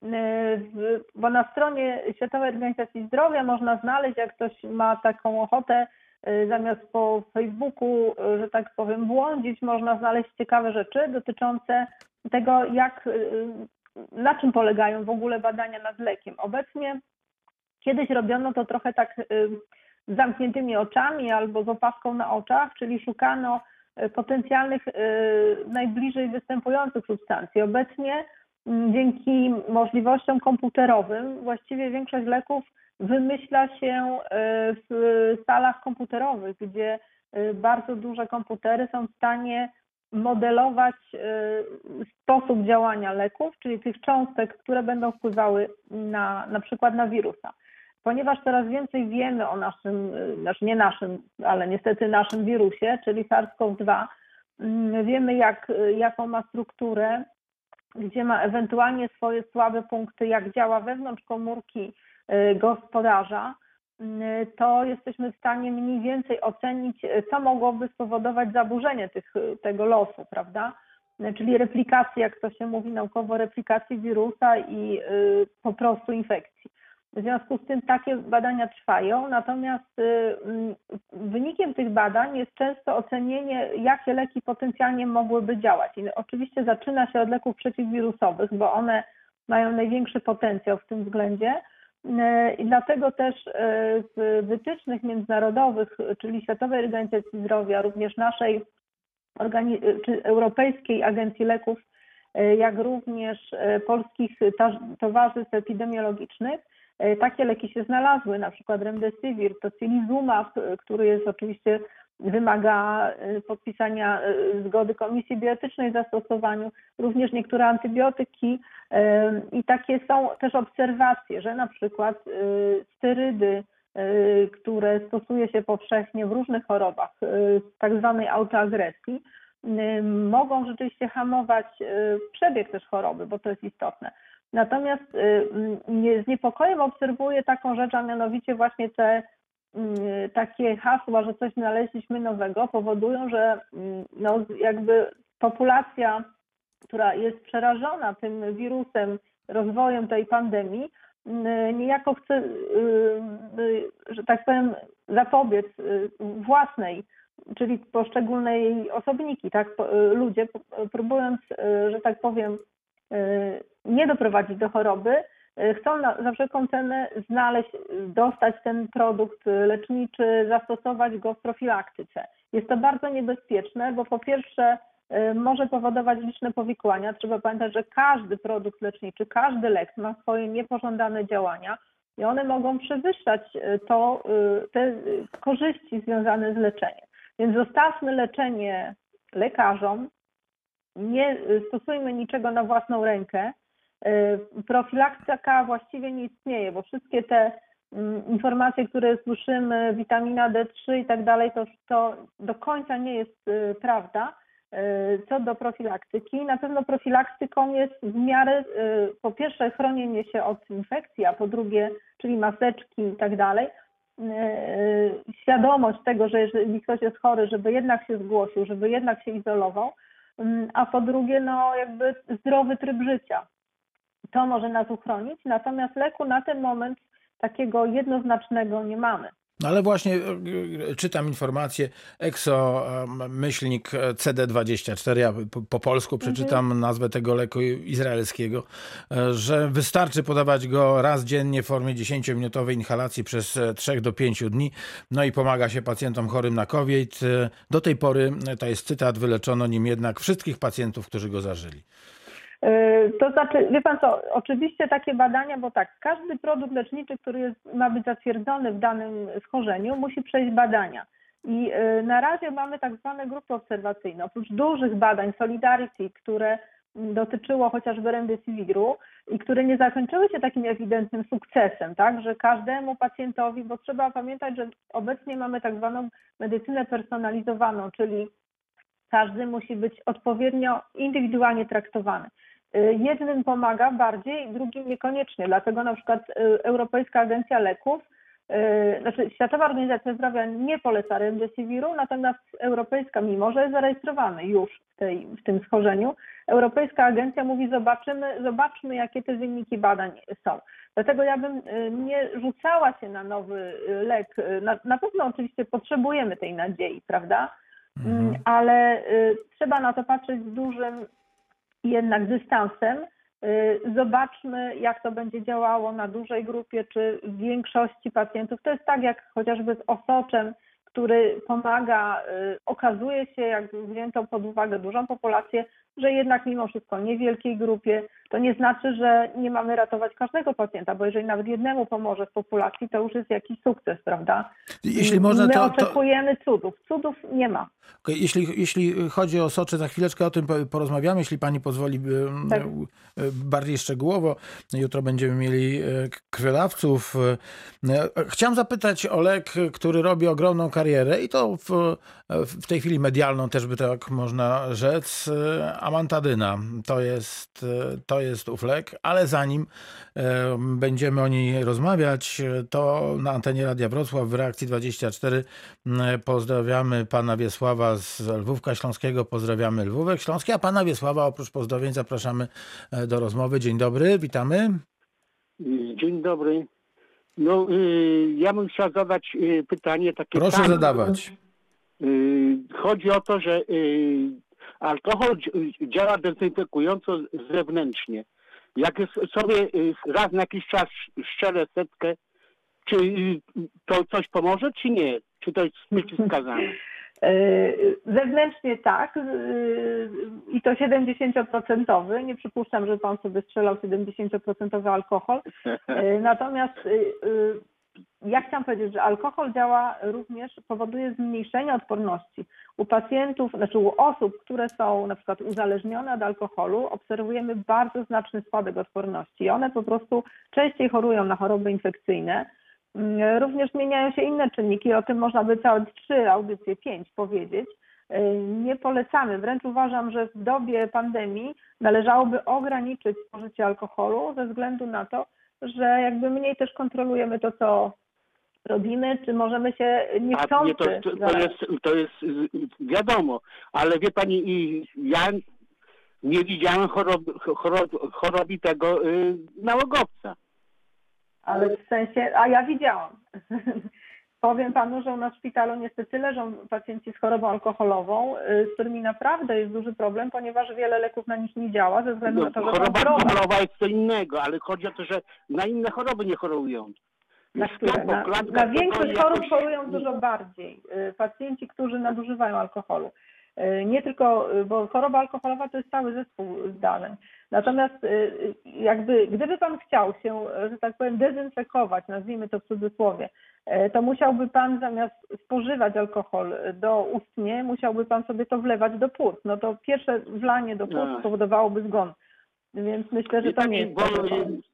w- bo na stronie Światowej Organizacji Zdrowia można znaleźć, jak ktoś ma taką ochotę, y, zamiast po Facebooku, y, że tak powiem, błądzić, można znaleźć ciekawe rzeczy dotyczące tego, jak, y, na czym polegają w ogóle badania nad lekiem. Obecnie kiedyś robiono to trochę tak y, z zamkniętymi oczami albo z opaską na oczach, czyli szukano y, potencjalnych y, najbliżej występujących substancji. Obecnie y, dzięki możliwościom komputerowym właściwie większość leków wymyśla się y, w salach komputerowych, gdzie y, bardzo duże komputery są w stanie modelować y, sposób działania leków, czyli tych cząstek, które będą wpływały na, na przykład na wirusa. Ponieważ coraz więcej wiemy o naszym, y, znaczy nie naszym, ale niestety naszym wirusie, czyli SARS-CoV dwa, y, wiemy jak, y, jaką ma strukturę, gdzie ma ewentualnie swoje słabe punkty, jak działa wewnątrz komórki y, gospodarza, to jesteśmy w stanie mniej więcej ocenić, co mogłoby spowodować zaburzenie tych, tego losu, prawda? Czyli replikacji, jak to się mówi naukowo, replikacji wirusa i po prostu infekcji. W związku z tym takie badania trwają, natomiast wynikiem tych badań jest często ocenienie, jakie leki potencjalnie mogłyby działać. I oczywiście zaczyna się od leków przeciwwirusowych, bo one mają największy potencjał w tym względzie. I dlatego też w wytycznych międzynarodowych, czyli Światowej Organizacji Zdrowia, również naszej czy Europejskiej Agencji Leków, jak również polskich towarzystw epidemiologicznych, takie leki się znalazły, na przykład Remdesivir, Tocilizumab, który jest oczywiście, wymaga podpisania zgody Komisji Bioetycznej w zastosowaniu, również niektóre antybiotyki i takie są też obserwacje, że na przykład sterydy, które stosuje się powszechnie w różnych chorobach, tak zwanej autoagresji, mogą rzeczywiście hamować przebieg też choroby, bo to jest istotne. Natomiast z niepokojem obserwuję taką rzecz, a mianowicie właśnie te takie hasła, że coś znaleźliśmy nowego, powodują, że no jakby populacja, która jest przerażona tym wirusem, rozwojem tej pandemii, niejako chce, że tak powiem, zapobiec własnej, czyli poszczególnej osobniki, tak, ludzie próbując, że tak powiem, nie doprowadzić do choroby, chcą na, za wszelką cenę znaleźć, dostać ten produkt leczniczy, zastosować go w profilaktyce. Jest to bardzo niebezpieczne, bo po pierwsze może powodować liczne powikłania. Trzeba pamiętać, że każdy produkt leczniczy, każdy lek ma swoje niepożądane działania i one mogą przewyższać to, te korzyści związane z leczeniem. Więc zostawmy leczenie lekarzom, nie stosujmy niczego na własną rękę. Profilaktyka właściwie nie istnieje, bo wszystkie te informacje, które słyszymy, witamina D trzy i tak dalej, to, to do końca nie jest prawda co do profilaktyki. Na pewno profilaktyką jest w miarę, po pierwsze, chronienie się od infekcji, a po drugie, czyli maseczki i tak dalej, świadomość tego, że jeżeli ktoś jest chory, żeby jednak się zgłosił, żeby jednak się izolował, a po drugie, no jakby zdrowy tryb życia. To może nas uchronić, natomiast leku na ten moment takiego jednoznacznego nie mamy. No ale właśnie czytam informację, Exo myślnik C D dwadzieścia cztery, ja po, po polsku przeczytam mhm. nazwę tego leku izraelskiego, że wystarczy podawać go raz dziennie w formie dziesięciominutowej inhalacji przez trzy do pięciu dni, no i pomaga się pacjentom chorym na COVID. Do tej pory, to jest cytat, wyleczono nim jednak wszystkich pacjentów, którzy go zażyli. To znaczy, wie pan co, oczywiście takie badania, bo tak, każdy produkt leczniczy, który jest, ma być zatwierdzony w danym schorzeniu, musi przejść badania. I na razie mamy tak zwane grupy obserwacyjne. Oprócz dużych badań Solidarity, które dotyczyło chociażby Remdesiviru i które nie zakończyły się takim ewidentnym sukcesem, tak, że każdemu pacjentowi, bo trzeba pamiętać, że obecnie mamy tak zwaną medycynę personalizowaną, czyli każdy musi być odpowiednio indywidualnie traktowany. Jednym pomaga bardziej, drugim niekoniecznie. Dlatego na przykład Europejska Agencja Leków, znaczy Światowa Organizacja Zdrowia nie poleca Remdesiviru, natomiast Europejska, mimo że jest zarejestrowany już w, tej, w tym schorzeniu, Europejska Agencja mówi, zobaczymy, zobaczmy, jakie te wyniki badań są. Dlatego ja bym nie rzucała się na nowy lek. Na, na pewno oczywiście potrzebujemy tej nadziei, prawda? Mhm. Ale y, trzeba na to patrzeć z dużym jednak dystansem. Y, zobaczmy, jak to będzie działało na dużej grupie, czy w większości pacjentów. To jest tak jak chociażby z osoczem, który pomaga, y, okazuje się, jak wzięto pod uwagę dużą populację, że jednak mimo wszystko niewielkiej grupie, to nie znaczy, że nie mamy ratować każdego pacjenta, bo jeżeli nawet jednemu pomoże w populacji, to już jest jakiś sukces, prawda? Jeśli można, My to, oczekujemy to... cudów. Cudów nie ma. Okay, jeśli, jeśli chodzi o socze, za chwileczkę o tym porozmawiamy, jeśli pani pozwoli tak. bardziej szczegółowo. Jutro będziemy mieli krwiodawców. Chciałem zapytać o lek, który robi ogromną karierę i to w, w tej chwili medialną też by tak można rzec. Amantadyna to jest, to jest ów lek, ale zanim będziemy o niej rozmawiać, to na antenie Radia Wrocław w Reakcji dwadzieścia cztery pozdrawiamy pana Wiesława z Lwówka Śląskiego, pozdrawiamy Lwówek Śląski, a pana Wiesława oprócz pozdrowień zapraszamy do rozmowy. Dzień dobry, witamy. Dzień dobry. No, y, ja bym chciał zadać y, pytanie takie. Proszę tam, zadawać. Y, chodzi o to, że y, alkohol dzi- działa dezynfekująco zewnętrznie. Jak jest sobie y, raz na jakiś czas szczerę setkę, czy y, to coś pomoże, czy nie? Czy to jest przeciwwskazane? Zewnętrznie tak i to siedemdziesiąt procent. Nie przypuszczam, że pan sobie strzelał siedemdziesiąt procent alkohol. Natomiast ja chciałam powiedzieć, że alkohol działa również, powoduje zmniejszenie odporności. U pacjentów, znaczy u osób, które są na przykład uzależnione od alkoholu, obserwujemy bardzo znaczny spadek odporności. One po prostu częściej chorują na choroby infekcyjne. Również zmieniają się inne czynniki, o tym można by całe trzy audycje, pięć powiedzieć. Nie polecamy, wręcz uważam, że w dobie pandemii należałoby ograniczyć spożycie alkoholu ze względu na to, że jakby mniej też kontrolujemy to, co robimy, czy możemy się niechcący... A nie, to, to, to, jest, to jest wiadomo, ale wie pani, i ja nie widziałem choroby, chorob, chorobi tego y, nałogowca. Ale w sensie, a ja widziałam. Powiem panu, że u nas w szpitalu niestety leżą pacjenci z chorobą alkoholową, z którymi naprawdę jest duży problem, ponieważ wiele leków na nich nie działa ze względu No, na to, że choroba kontrola. alkoholowa jest co innego, ale chodzi o to, że na inne choroby nie chorują. Na, które? na, na większość chorób chorują dużo bardziej pacjenci, którzy nadużywają alkoholu. Nie tylko, bo choroba alkoholowa to jest cały zespół zdarzeń. Natomiast jakby, gdyby pan chciał się, że tak powiem, dezynfekować, nazwijmy to w cudzysłowie, to musiałby pan zamiast spożywać alkohol doustnie, musiałby pan sobie to wlewać do płuc. No to pierwsze wlanie do płuc spowodowałoby zgon. Więc myślę, że to nie jest bo,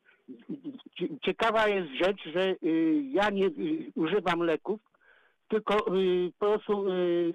ciekawa jest rzecz, że ja nie używam leków, tylko po prostu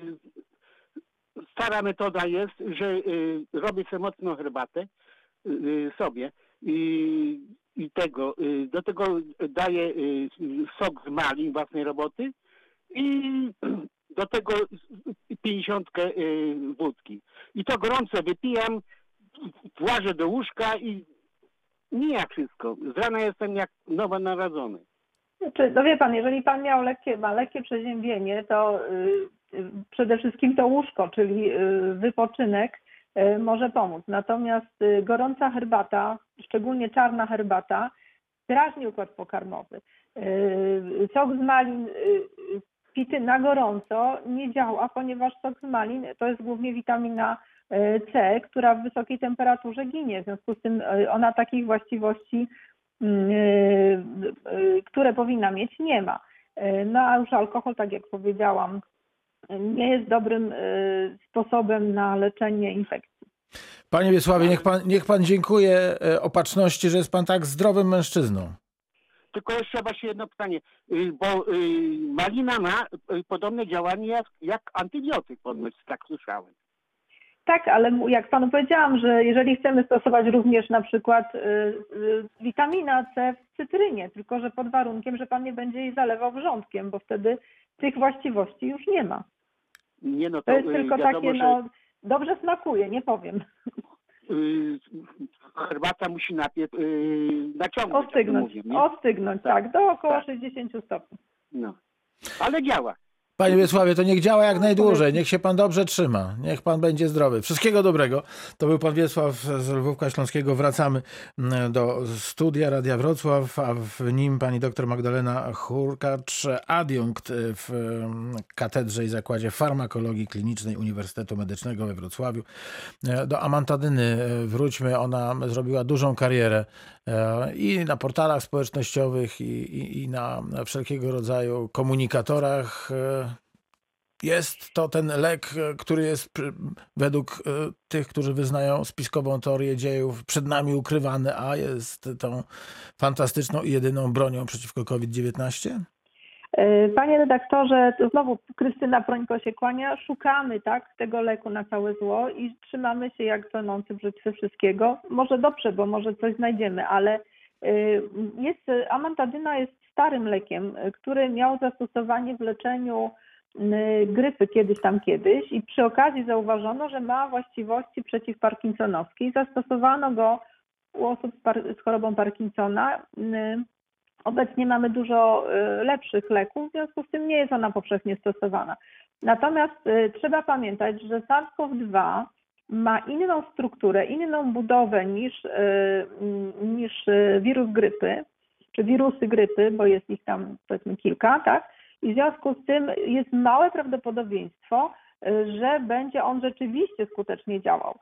stara metoda jest, że y, robię sobie mocną herbatę y, sobie i, i tego, y, do tego daję y, sok z malin własnej roboty i do tego pięćdziesiątkę y, wódki. I to gorąco wypijam, włażę do łóżka i nie jak wszystko. Z rana jestem jak nowonarodzony. Znaczy, no wie pan, jeżeli pan miał lekkie, ma lekkie przeziębienie, to y, przede wszystkim to łóżko, czyli wypoczynek może pomóc. Natomiast gorąca herbata, szczególnie czarna herbata, drażni układ pokarmowy. Sok z malin pity na gorąco nie działa, ponieważ sok z malin to jest głównie witamina C, która w wysokiej temperaturze ginie. W związku z tym ona takich właściwości, które powinna mieć, nie ma. No a już alkohol, tak jak powiedziałam, nie jest dobrym y, sposobem na leczenie infekcji. Panie Wiesławie, niech pan, niech pan dziękuje opatrzności, że jest pan tak zdrowym mężczyzną. Tylko jeszcze właśnie jedno pytanie, bo malina ma podobne działanie jak, jak antybiotyk, ponoć, tak słyszałem. Tak, ale jak panu powiedziałam, że jeżeli chcemy stosować również na przykład y, y, witamina C w cytrynie, tylko że pod warunkiem, że pan nie będzie jej zalewał wrzątkiem, bo wtedy tych właściwości już nie ma. Nie, no to, to jest tylko wiadomo, takie, no, dobrze smakuje, nie powiem. Yy, herbata musi najpierw yy, naciągnąć. Ostygnąć, mówię, nie? ostygnąć, tak, tak do około tak. sześćdziesiąt stopni. No, ale działa. Panie Wiesławie, to niech działa jak najdłużej, niech się pan dobrze trzyma, niech pan będzie zdrowy. Wszystkiego dobrego. To był pan Wiesław z Lwówka Śląskiego. Wracamy do studia Radia Wrocław, a w nim pani doktor Magdalena Hurkacz, adiunkt w Katedrze i Zakładzie Farmakologii Klinicznej Uniwersytetu Medycznego we Wrocławiu. Do amantadyny wróćmy. Ona zrobiła dużą karierę i na portalach społecznościowych, i, i, i na wszelkiego rodzaju komunikatorach. Jest to ten lek, który jest według tych, którzy wyznają spiskową teorię dziejów, przed nami ukrywany, a jest tą fantastyczną i jedyną bronią przeciwko kowid dziewiętnaście? Panie redaktorze, to znowu Krystyna Prońko się kłania. Szukamy tak, tego leku na całe zło i trzymamy się jak tonący brzytwy wszystkiego. Może dobrze, bo może coś znajdziemy, ale jest, amantadyna jest starym lekiem, który miał zastosowanie w leczeniu grypy kiedyś tam kiedyś i przy okazji zauważono, że ma właściwości przeciwparkinsonowskie. Zastosowano go u osób z, par- z chorobą Parkinsona. Obecnie mamy dużo lepszych leków, w związku z tym nie jest ona powszechnie stosowana. Natomiast trzeba pamiętać, że SARS-CoV dwa ma inną strukturę, inną budowę niż, niż wirus grypy, czy wirusy grypy, bo jest ich tam powiedzmy kilka, tak? I w związku z tym jest małe prawdopodobieństwo, że będzie on rzeczywiście skutecznie działał.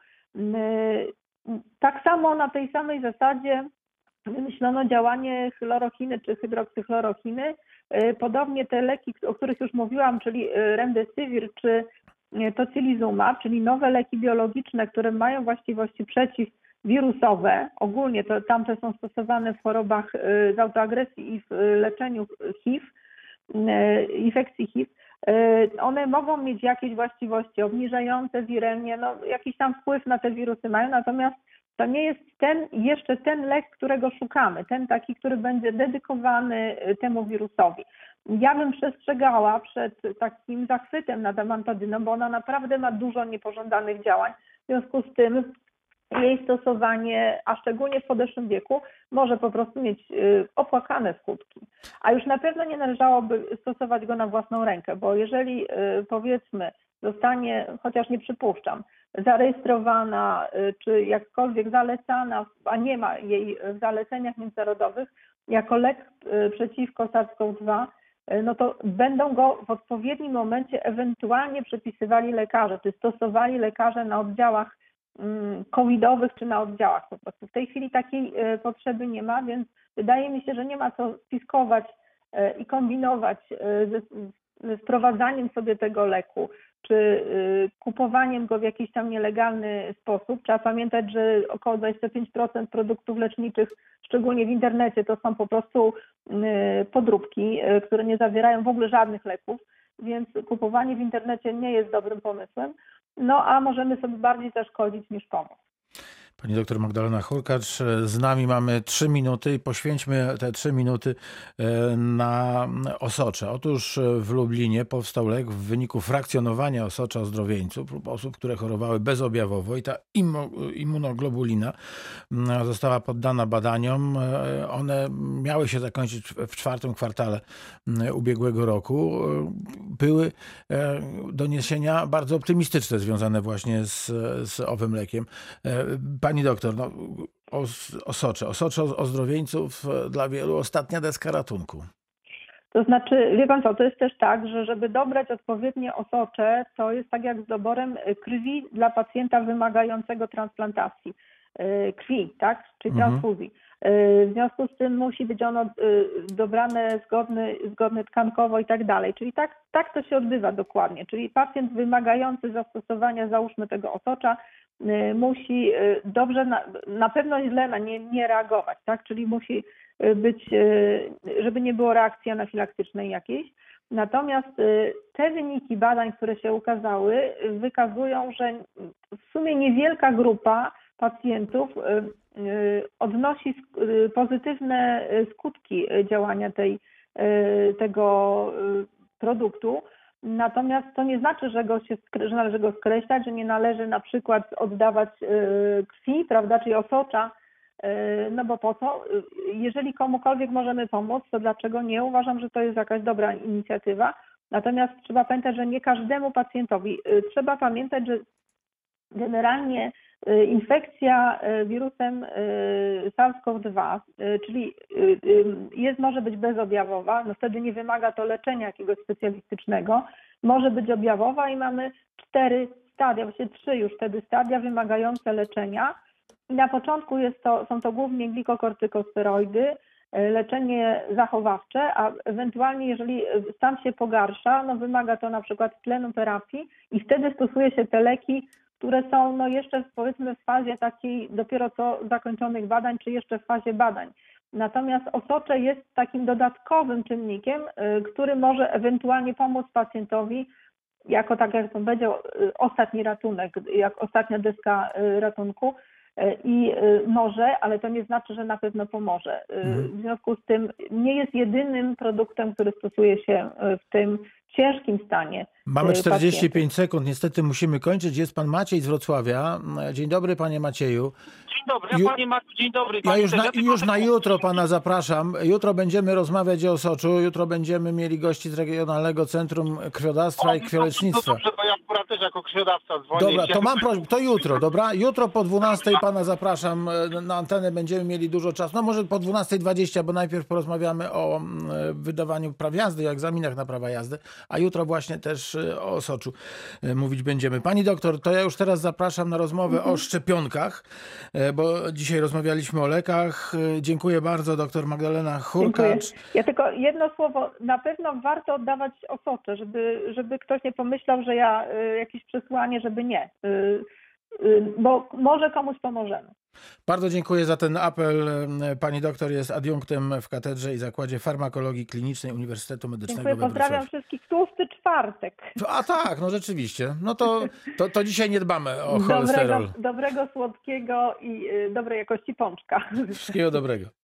Tak samo na tej samej zasadzie wymyślono działanie chlorochiny czy hydroksychlorochiny. Podobnie te leki, o których już mówiłam, czyli remdesivir czy tocilizumab, czyli nowe leki biologiczne, które mają właściwości przeciwwirusowe. Ogólnie to tamte są stosowane w chorobach z autoagresji i w leczeniu H I V, infekcji H I V. One mogą mieć jakieś właściwości obniżające wiremię, no jakiś tam wpływ na te wirusy mają, natomiast to nie jest ten, jeszcze ten lek, którego szukamy, ten taki, który będzie dedykowany temu wirusowi. Ja bym przestrzegała przed takim zachwytem nad amantadyną, bo ona naprawdę ma dużo niepożądanych działań. W związku z tym jej stosowanie, a szczególnie w podeszłym wieku, może po prostu mieć opłakane skutki. A już na pewno nie należałoby stosować go na własną rękę, bo jeżeli powiedzmy zostanie, chociaż nie przypuszczam, zarejestrowana czy jakkolwiek zalecana, a nie ma jej w zaleceniach międzynarodowych, jako lek przeciwko SARS-CoV dwa, no to będą go w odpowiednim momencie ewentualnie przepisywali lekarze, czy stosowali lekarze na oddziałach covidowych czy na oddziałach po prostu. W tej chwili takiej potrzeby nie ma, więc wydaje mi się, że nie ma co spiskować i kombinować ze, ze wprowadzaniem sobie tego leku, czy kupowaniem go w jakiś tam nielegalny sposób. Trzeba pamiętać, że około dwadzieścia pięć procent produktów leczniczych, szczególnie w internecie, to są po prostu podróbki, które nie zawierają w ogóle żadnych leków, więc kupowanie w internecie nie jest dobrym pomysłem. No a możemy sobie bardziej zaszkodzić niż pomóc. Pani doktor Magdalena Hurkacz, z nami mamy trzy minuty i poświęćmy te trzy minuty na osocze. Otóż w Lublinie powstał lek w wyniku frakcjonowania osocza ozdrowieńców lub osób, które chorowały bezobjawowo i ta immunoglobulina została poddana badaniom. One miały się zakończyć w czwartym kwartale ubiegłego roku. Były doniesienia bardzo optymistyczne związane właśnie z, z owym lekiem. Pani doktor, no, osocze, osocze ozdrowieńców dla wielu ostatnia deska ratunku. To znaczy, wie pan co, to jest też tak, że żeby dobrać odpowiednie osocze, to jest tak jak z doborem krwi dla pacjenta wymagającego transplantacji krwi, tak, czyli Mhm. transfuzji. W związku z tym musi być ono dobrane zgodny, zgodny tkankowo i tak dalej. Czyli tak, tak to się odbywa dokładnie. Czyli pacjent wymagający zastosowania, załóżmy tego osocza, musi dobrze, na, na pewno źle na nie nie reagować, tak? Czyli musi być, żeby nie było reakcji anafilaktycznej jakiejś. Natomiast te wyniki badań, które się ukazały, wykazują, że w sumie niewielka grupa pacjentów odnosi pozytywne skutki działania tej, tego produktu. Natomiast to nie znaczy, że, go się, że należy go skreślać, że nie należy na przykład oddawać krwi, prawda, czyli osocza, no bo po co? Jeżeli komukolwiek możemy pomóc, to dlaczego nie? Uważam, że to jest jakaś dobra inicjatywa. Natomiast trzeba pamiętać, że nie każdemu pacjentowi. Trzeba pamiętać, że generalnie infekcja wirusem SARS-CoV dwa, czyli jest, może być bezobjawowa, no wtedy nie wymaga to leczenia jakiegoś specjalistycznego, może być objawowa i mamy cztery stadia, właściwie trzy już wtedy stadia wymagające leczenia. I na początku jest to, są to głównie glikokortykosteroidy, leczenie zachowawcze, a ewentualnie jeżeli stan się pogarsza, no wymaga to na przykład tlenoterapii i wtedy stosuje się te leki, które są no jeszcze powiedzmy w fazie takiej dopiero co zakończonych badań, czy jeszcze w fazie badań. Natomiast osocze jest takim dodatkowym czynnikiem, y, który może ewentualnie pomóc pacjentowi jako, tak jak pan powiedział, y, ostatni ratunek, jak ostatnia deska y, ratunku. I może, ale to nie znaczy, że na pewno pomoże. W związku z tym nie jest jedynym produktem, który stosuje się w tym ciężkim stanie. Mamy czterdzieści pięć sekund, niestety musimy kończyć. Jest pan Maciej z Wrocławia. Dzień dobry, panie Macieju. Dzień dobry, ja panie Maciu, dzień dobry. Ja już na, już na jutro pana zapraszam. Jutro będziemy rozmawiać o osoczu. Jutro będziemy mieli gości z Regionalnego Centrum Krwiodawstwa i Krwiolecznictwa. Dobrze, bo ja akurat też jako krwiodawca dzwonię. Dobra, to mam prośbę, to jutro, dobra? Jutro po dwunastej pana zapraszam na antenę, będziemy mieli dużo czasu. No może po dwunastej dwadzieścia, bo najpierw porozmawiamy o wydawaniu praw jazdy, o egzaminach na prawa jazdy, a jutro właśnie też o osoczu mówić będziemy. Pani doktor, to ja już teraz zapraszam na rozmowę mhm. o szczepionkach, bo dzisiaj rozmawialiśmy o lekach. Dziękuję bardzo, doktor Magdalena Hurkacz. Dziękuję. Ja tylko jedno słowo. Na pewno warto oddawać osocze, żeby, żeby ktoś nie pomyślał, że ja jakieś przesłanie, żeby nie. Bo może komuś pomożemy. Bardzo dziękuję za ten apel. Pani doktor jest adiunktem w Katedrze i Zakładzie Farmakologii Klinicznej Uniwersytetu Medycznego Dziękuję, we pozdrawiam Wrocławiu. wszystkich. Tłusty czwartek. A tak, no rzeczywiście. No to, to, to dzisiaj nie dbamy o cholesterol. Dobrego, dobrego słodkiego i dobrej jakości pączka. Wszystkiego dobrego.